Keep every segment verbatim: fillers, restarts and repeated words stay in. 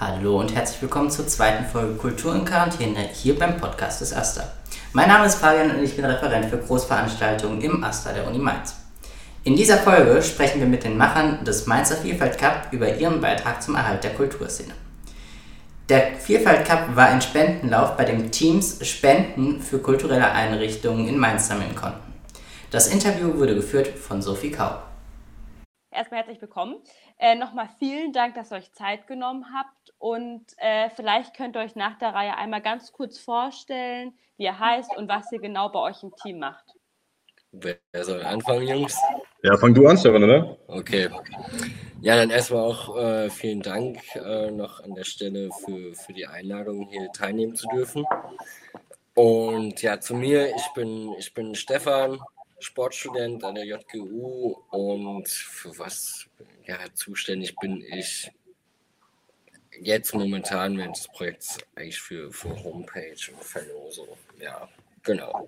Hallo und herzlich willkommen zur zweiten Folge Kultur in Quarantäne hier beim Podcast des AStA. Mein Name ist Fabian und ich bin Referent für Großveranstaltungen im AStA der Uni Mainz. In dieser Folge sprechen wir mit den Machern des Mainzer Vielfalt Cup über ihren Beitrag zum Erhalt der Kulturszene. Der Vielfalt Cup war ein Spendenlauf, bei dem Teams Spenden für kulturelle Einrichtungen in Mainz sammeln konnten. Das Interview wurde geführt von Sophie Kau. Erstmal herzlich willkommen. Äh, Nochmal vielen Dank, dass ihr euch Zeit genommen habt und äh, vielleicht könnt ihr euch nach der Reihe einmal ganz kurz vorstellen, wie ihr heißt und was ihr genau bei euch im Team macht. Wer soll anfangen, Jungs? Ja, fang du an, Stefan, oder? Okay. Ja, dann erstmal auch äh, vielen Dank äh, noch an der Stelle für, für die Einladung, hier teilnehmen zu dürfen. Und ja, zu mir, ich bin, ich bin Stefan, Sportstudent an der J G U und für was ja, zuständig bin ich jetzt momentan während des Projekts eigentlich für, für Homepage und Verlosung. Ja, genau.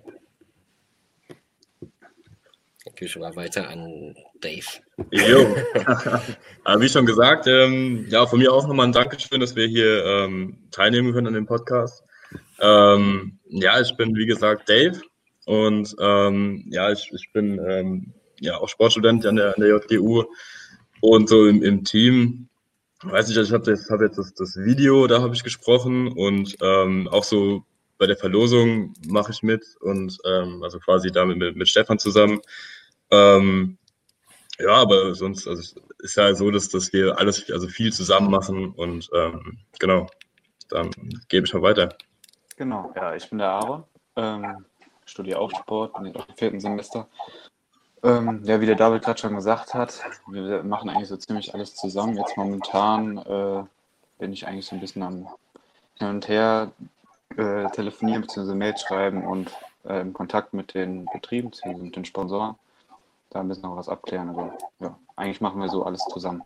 Dann gehe ich mal weiter an Dave. Jo. Aber wie schon gesagt, ähm, ja, von mir auch nochmal ein Dankeschön, dass wir hier ähm, teilnehmen können an dem Podcast. Ähm, ja, ich bin wie gesagt Dave. Und ähm, ja, ich, ich bin ähm, ja auch Sportstudent an der, an der J G U und so im, im Team, weiß ich, ich habe jetzt, hab jetzt das, das Video, da habe ich gesprochen und ähm, auch so bei der Verlosung mache ich mit und ähm, also quasi da mit, mit Stefan zusammen. Ähm, ja, aber sonst, also es ist ja so, dass, dass wir alles, also viel zusammen machen und ähm, genau, dann gebe ich mal weiter. Genau, ja, ich bin der Aaron. Ähm, studiere auch Sport, bin jetzt auch im vierten Semester. Ähm, ja, wie der David gerade schon gesagt hat, wir machen eigentlich so ziemlich alles zusammen. Jetzt momentan äh, bin ich eigentlich so ein bisschen am Hin und Her äh, telefonieren bzw. Mails schreiben und äh, im Kontakt mit den Betrieben bzw. mit den Sponsoren. Da ein bisschen noch was abklären. Also ja, eigentlich machen wir so alles zusammen.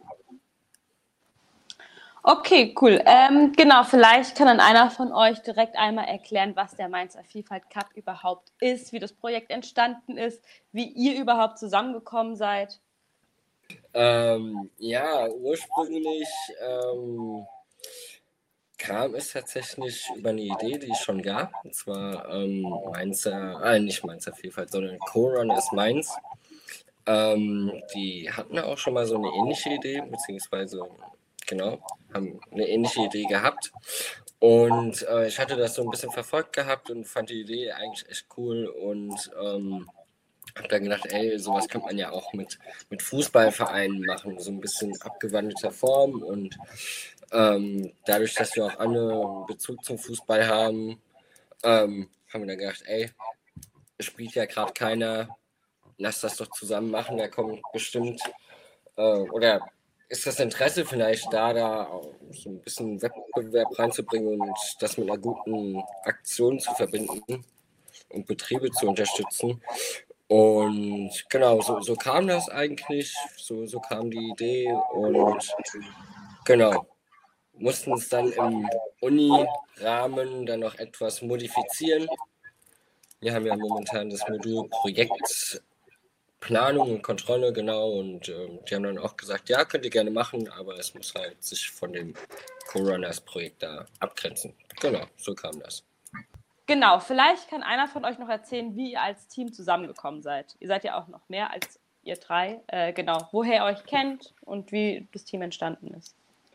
Okay, cool. Ähm, genau, vielleicht kann dann einer von euch direkt einmal erklären, was der Mainzer Vielfalt Cup überhaupt ist, wie das Projekt entstanden ist, wie ihr überhaupt zusammengekommen seid. Ähm, ja, ursprünglich ähm, kam es tatsächlich über eine Idee, die es schon gab. Und zwar ähm, Mainzer, äh, nicht Mainzer Vielfalt, sondern Co-Run ist Mainz. Ähm, die hatten auch schon mal so eine ähnliche Idee, beziehungsweise genau, haben eine ähnliche Idee gehabt. Und äh, ich hatte das so ein bisschen verfolgt gehabt und fand die Idee eigentlich echt cool und ähm, habe dann gedacht, ey, sowas könnte man ja auch mit, mit Fußballvereinen machen, so ein bisschen abgewandelter Form und ähm, dadurch, dass wir auch alle einen Bezug zum Fußball haben, ähm, haben wir dann gedacht, ey, spielt ja gerade keiner, lass das doch zusammen machen, da kommt bestimmt, äh, oder ist das Interesse vielleicht da, da auch so ein bisschen Wettbewerb reinzubringen und das mit einer guten Aktion zu verbinden und Betriebe zu unterstützen. Und genau, so, so kam das eigentlich, so, so kam die Idee und genau, mussten es dann im Uni-Rahmen dann noch etwas modifizieren. Wir haben ja momentan das Modul Projektplanung und Kontrolle, genau, und ähm, die haben dann auch gesagt, ja, könnt ihr gerne machen, aber es muss halt sich von dem Co-Runners-Projekt da abgrenzen. Genau, so kam das. Genau, vielleicht kann einer von euch noch erzählen, wie ihr als Team zusammengekommen seid. Ihr seid ja auch noch mehr als ihr drei. Äh, genau, woher ihr euch kennt und wie das Team entstanden ist.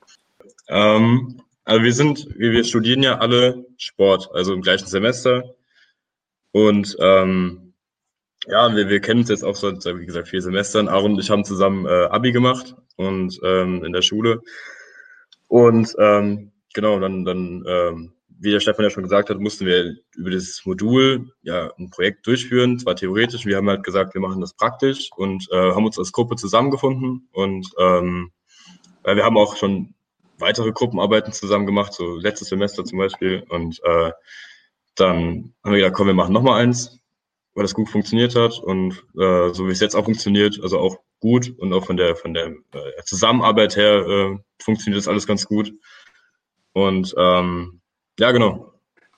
Ähm, also wir sind, wir, wir studieren ja alle Sport, also im gleichen Semester. Und ähm, ja, wir, wir kennen uns jetzt auch seit, wie gesagt, vier Semestern. Aaron und ich haben zusammen äh, Abi gemacht und ähm, in der Schule. Und ähm, genau, dann, dann ähm, wie der Stefan ja schon gesagt hat, mussten wir über das Modul ja ein Projekt durchführen, zwar theoretisch. Wir haben halt gesagt, wir machen das praktisch und äh, haben uns als Gruppe zusammengefunden. Und ähm, wir haben auch schon weitere Gruppenarbeiten zusammen gemacht, so letztes Semester zum Beispiel. Und äh, dann haben wir gedacht, komm, wir machen nochmal eins, weil das gut funktioniert hat und äh, so wie es jetzt auch funktioniert, also auch gut und auch von der von der äh, Zusammenarbeit her äh, funktioniert das alles ganz gut. Und ähm, ja, genau.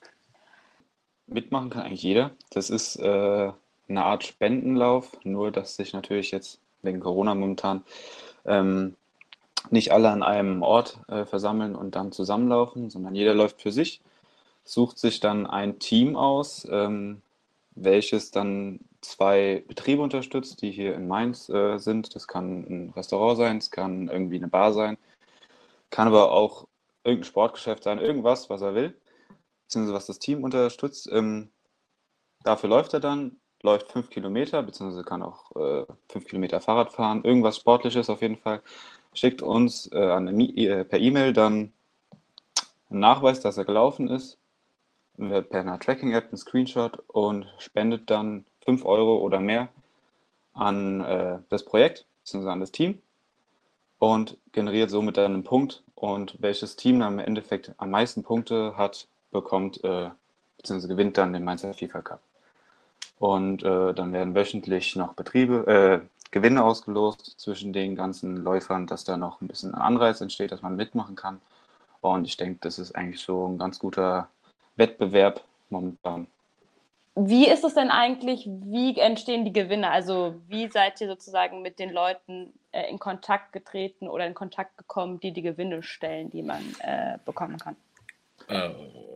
Mitmachen kann eigentlich jeder. Das ist äh, eine Art Spendenlauf, nur dass sich natürlich jetzt wegen Corona momentan ähm, nicht alle an einem Ort äh, versammeln und dann zusammenlaufen, sondern jeder läuft für sich, sucht sich dann ein Team aus, ähm, welches dann zwei Betriebe unterstützt, die hier in Mainz äh, sind. Das kann ein Restaurant sein, es kann irgendwie eine Bar sein, kann aber auch irgendein Sportgeschäft sein, irgendwas, was er will, beziehungsweise was das Team unterstützt. Ähm, dafür läuft er dann, läuft fünf Kilometer, beziehungsweise kann auch äh, fünf Kilometer Fahrrad fahren, irgendwas Sportliches auf jeden Fall, schickt uns äh, an eine, äh, per E-Mail dann einen Nachweis, dass er gelaufen ist, per einer Tracking-App einen Screenshot und spendet dann fünf Euro oder mehr an äh, das Projekt, beziehungsweise an das Team und generiert somit dann einen Punkt. Und welches Team dann im Endeffekt am meisten Punkte hat, bekommt, äh, beziehungsweise gewinnt dann den Mainzer FIFA Cup. Und äh, dann werden wöchentlich noch Betriebe, äh, Gewinne ausgelost zwischen den ganzen Läufern, dass da noch ein bisschen Anreiz entsteht, dass man mitmachen kann. Und ich denke, das ist eigentlich so ein ganz guter Wettbewerb momentan. Wie ist es denn eigentlich, wie entstehen die Gewinne? Also wie seid ihr sozusagen mit den Leuten äh, in Kontakt getreten oder in Kontakt gekommen, die die Gewinne stellen, die man äh, bekommen kann? Ähm,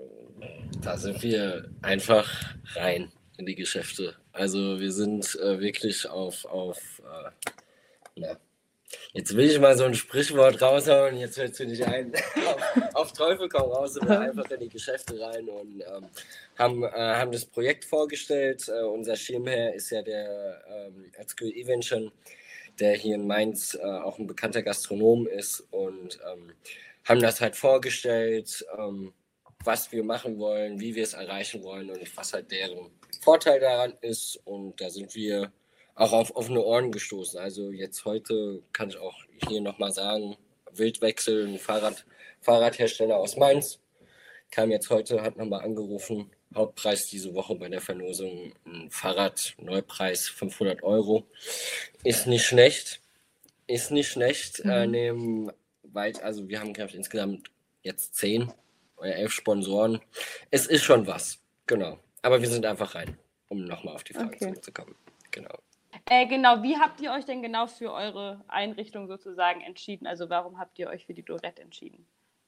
da sind wir einfach rein in die Geschäfte. Also wir sind äh, wirklich auf, auf äh, na, jetzt will ich mal so ein Sprichwort raushauen, jetzt hört es mir nicht ein. auf, auf Teufel komm raus, sind wir einfach in die Geschäfte rein und ähm, haben, äh, haben das Projekt vorgestellt. Äh, unser Schirmherr ist ja der ähm, Özgür Evenchen, der hier in Mainz äh, auch ein bekannter Gastronom ist und ähm, haben das halt vorgestellt, ähm, was wir machen wollen, wie wir es erreichen wollen und was halt deren Vorteil daran ist. Und da sind wir auch auf offene Ohren gestoßen. Also jetzt heute kann ich auch hier nochmal sagen, Wildwechsel, ein Fahrrad, Fahrradhersteller aus Mainz, kam jetzt heute, hat nochmal angerufen, Hauptpreis diese Woche bei der Verlosung, ein Fahrrad, Neupreis fünfhundert Euro. Ist nicht schlecht, ist nicht schlecht. Mhm. Äh, nehmen weit, also wir haben glaube insgesamt jetzt zehn oder elf Sponsoren. Es ist schon was, genau. Aber wir sind einfach rein, um nochmal auf die Frage okay. zurückzukommen. Genau. Äh, genau, wie habt ihr euch denn genau für eure Einrichtung sozusagen entschieden? Also warum habt ihr euch für die Dorette entschieden?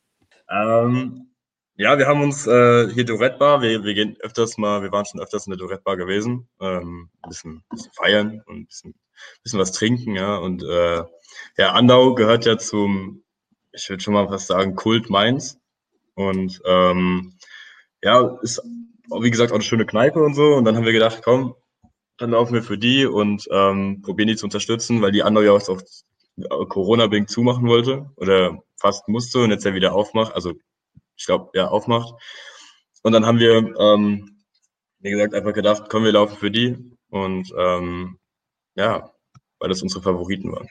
Ähm, ja, wir haben uns äh, hier Dorette Bar, wir, wir gehen öfters mal, wir waren schon öfters in der Dorette Bar gewesen, ähm, ein bisschen, bisschen feiern und ein bisschen, bisschen was trinken, ja. Und äh, ja, Andau gehört ja zum, ich würde schon mal fast sagen, Kult Mainz. Und ähm, ja, ist wie gesagt auch eine schöne Kneipe und so. Und dann haben wir gedacht, komm, dann laufen wir für die und ähm, probieren die zu unterstützen, weil die Andau ja auch Corona-bedingt zumachen wollte oder fast musste und jetzt ja wieder aufmacht. Also ich glaube, ja, aufmacht. Und dann haben wir, ähm, wie gesagt, einfach gedacht, komm, wir laufen für die. Und ähm, ja, weil das unsere Favoriten waren.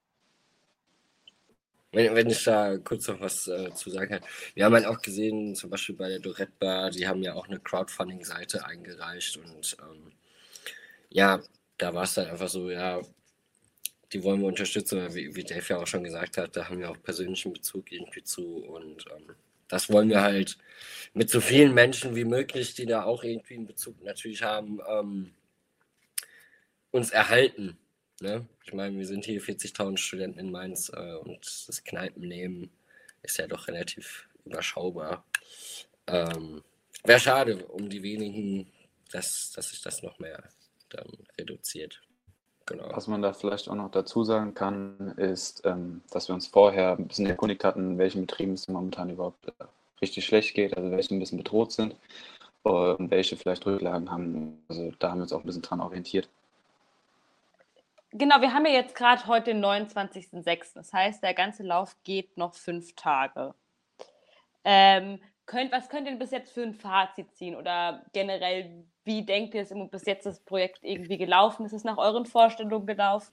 Wenn, wenn ich da kurz noch was äh, zu sagen kann. Wir haben halt auch gesehen, zum Beispiel bei der Dorette Bar, die haben ja auch eine Crowdfunding-Seite eingereicht und ähm, ja, da war es dann einfach so, ja, die wollen wir unterstützen, wie, wie Dave ja auch schon gesagt hat, da haben wir auch persönlichen Bezug irgendwie zu und ähm, das wollen wir halt mit so vielen Menschen wie möglich, die da auch irgendwie einen Bezug natürlich haben, ähm, uns erhalten. Ne? Ich meine, wir sind hier vierzigtausend Studenten in Mainz äh, und das Kneipenleben ist ja doch relativ überschaubar. Ähm, Wäre schade um die wenigen, dass, dass sich das noch mehr dann reduziert. Genau. Was man da vielleicht auch noch dazu sagen kann, ist, ähm, dass wir uns vorher ein bisschen erkundigt hatten, in welchen Betrieben es momentan überhaupt äh, richtig schlecht geht, also welche ein bisschen bedroht sind und welche vielleicht Rücklagen haben. Also da haben wir uns auch ein bisschen dran orientiert. Genau, wir haben ja jetzt gerade heute den neunundzwanzigsten sechsten Das heißt, der ganze Lauf geht noch fünf Tage. Ähm, könnt, was könnt ihr denn bis jetzt für ein Fazit ziehen? Oder generell, wie denkt ihr, ist bis jetzt das Projekt irgendwie gelaufen? Ist es nach euren Vorstellungen gelaufen?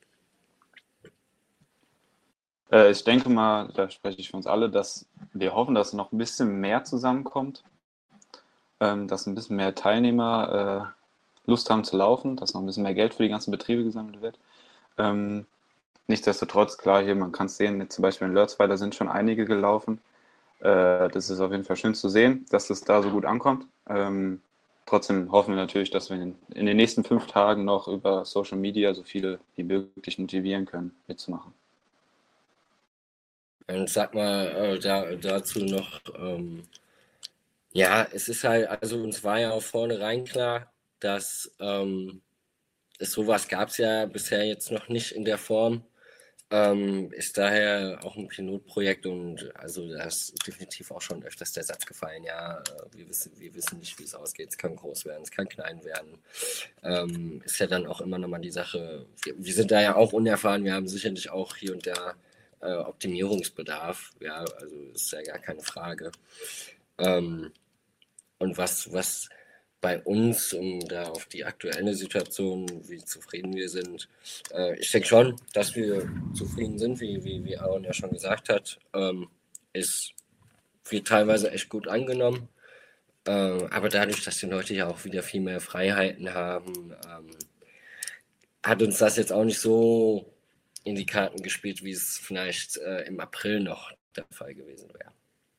Äh, ich denke mal, da spreche ich für uns alle, dass wir hoffen, dass noch ein bisschen mehr zusammenkommt, ähm, dass ein bisschen mehr Teilnehmer äh, Lust haben zu laufen, dass noch ein bisschen mehr Geld für die ganzen Betriebe gesammelt wird. Ähm, nichtsdestotrotz, klar, hier, man kann es sehen, zum Beispiel in Lörzweiler sind schon einige gelaufen. Äh, das ist auf jeden Fall schön zu sehen, dass es da so gut ankommt. Ähm, trotzdem hoffen wir natürlich, dass wir in, in den nächsten fünf Tagen noch über Social Media so viele wie möglich motivieren können, mitzumachen. Und sag mal äh, da, dazu noch, ähm, ja, es ist halt, also uns war ja auch vornherein klar, dass ähm, es sowas gab es ja bisher jetzt noch nicht in der Form. Ähm, ist daher auch ein Pilotprojekt und also da ist definitiv auch schon öfters der Satz gefallen, ja, wir wissen, wir wissen nicht, wie es ausgeht, es kann groß werden, es kann klein werden. Ähm, ist ja dann auch immer nochmal die Sache, wir, wir sind da ja auch unerfahren, wir haben sicherlich auch hier und da äh, Optimierungsbedarf, ja, also ist ja gar keine Frage. Ähm, und was, was bei uns, um da auf die aktuelle Situation, wie zufrieden wir sind. Äh, ich denke schon, dass wir zufrieden sind, wie, wie, wie Aaron ja schon gesagt hat. Ähm, ist wird teilweise echt gut angenommen. Äh, aber dadurch, dass die Leute ja auch wieder viel mehr Freiheiten haben, ähm, hat uns das jetzt auch nicht so in die Karten gespielt, wie es vielleicht äh, im April noch der Fall gewesen wäre.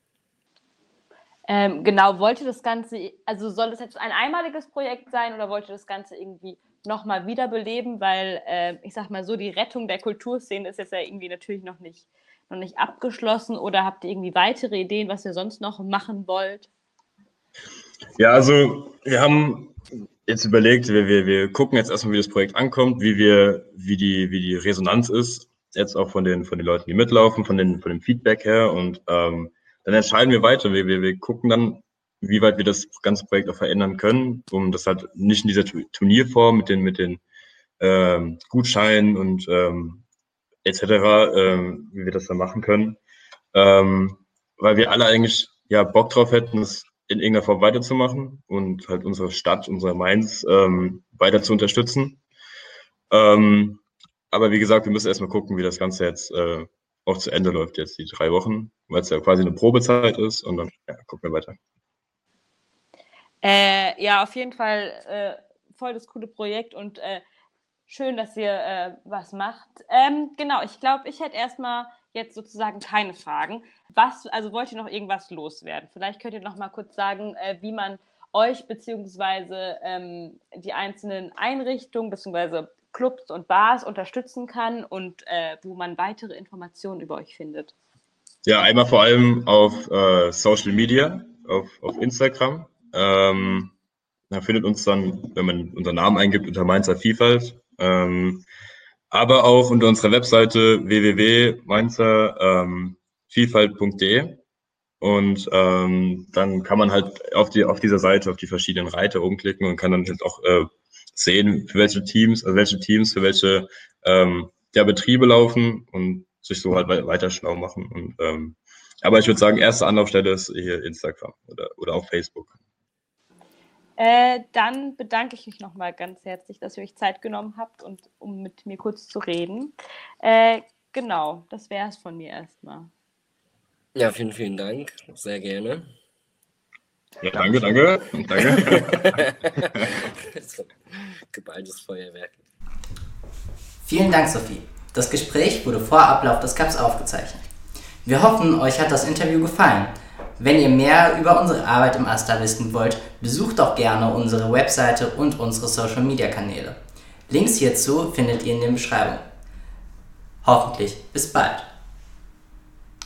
Ähm, genau, wollte das Ganze, also soll das jetzt ein einmaliges Projekt sein oder wollte das Ganze irgendwie nochmal wiederbeleben, weil äh, ich sag mal so, die Rettung der Kulturszene ist jetzt ja irgendwie natürlich noch nicht, noch nicht abgeschlossen, oder habt ihr irgendwie weitere Ideen, was ihr sonst noch machen wollt? Ja, also wir haben jetzt überlegt, wir, wir, wir gucken jetzt erstmal, wie das Projekt ankommt, wie wir, wie die, wie die Resonanz ist, jetzt auch von den, von den Leuten, die mitlaufen, von den, von dem Feedback her, und ähm, dann entscheiden wir weiter. Wir, wir, wir gucken dann, wie weit wir das ganze Projekt auch verändern können, um das halt nicht in dieser Turnierform mit den, mit den ähm, Gutscheinen und ähm, et cetera, ähm, wie wir das dann machen können. Ähm, weil wir alle eigentlich ja Bock drauf hätten, das in irgendeiner Form weiterzumachen und halt unsere Stadt, unser Mainz ähm, weiter zu unterstützen. Ähm, aber wie gesagt, wir müssen erstmal gucken, wie das Ganze jetzt äh, auch zu Ende läuft, jetzt die drei Wochen, weil es ja quasi eine Probezeit ist, und dann ja, gucken wir weiter. Äh, ja, auf jeden Fall äh, voll das coole Projekt und äh, schön, dass ihr äh, was macht. Ähm, genau, ich glaube, ich hätte erstmal jetzt sozusagen keine Fragen. Was, also wollt ihr noch irgendwas loswerden? Vielleicht könnt ihr noch mal kurz sagen, äh, wie man euch beziehungsweise ähm, die einzelnen Einrichtungen beziehungsweise Clubs und Bars unterstützen kann und äh, wo man weitere Informationen über euch findet. Ja, einmal vor allem auf äh, Social Media, auf, auf Instagram. Ähm, da findet uns dann, wenn man unseren Namen eingibt, unter Mainzer Vielfalt. Ähm, aber auch unter unserer Webseite w w w punkt mainzer vielfalt punkt d e, und ähm, dann kann man halt auf die auf dieser Seite auf die verschiedenen Reiter umklicken und kann dann halt auch äh, sehen, für welche Teams, also welche Teams für welche ähm, der Betriebe laufen und sich so halt weiter schlau machen. Und ähm, aber ich würde sagen, erste Anlaufstelle ist hier Instagram oder oder auf Facebook. Äh, dann bedanke ich mich nochmal ganz herzlich, dass ihr euch Zeit genommen habt, und um mit mir kurz zu reden. Äh, genau, das wäre es von mir erstmal. Ja, vielen, vielen Dank. Sehr gerne. Ja, danke, danke. danke. Geballtes Feuerwerk. Vielen Dank, Sophie. Das Gespräch wurde vor Ablauf des Cups aufgezeichnet. Wir hoffen, euch hat das Interview gefallen. Wenn ihr mehr über unsere Arbeit im AStA wissen wollt, besucht doch gerne unsere Webseite und unsere Social-Media-Kanäle. Links hierzu findet ihr in den Beschreibungen. Hoffentlich bis bald.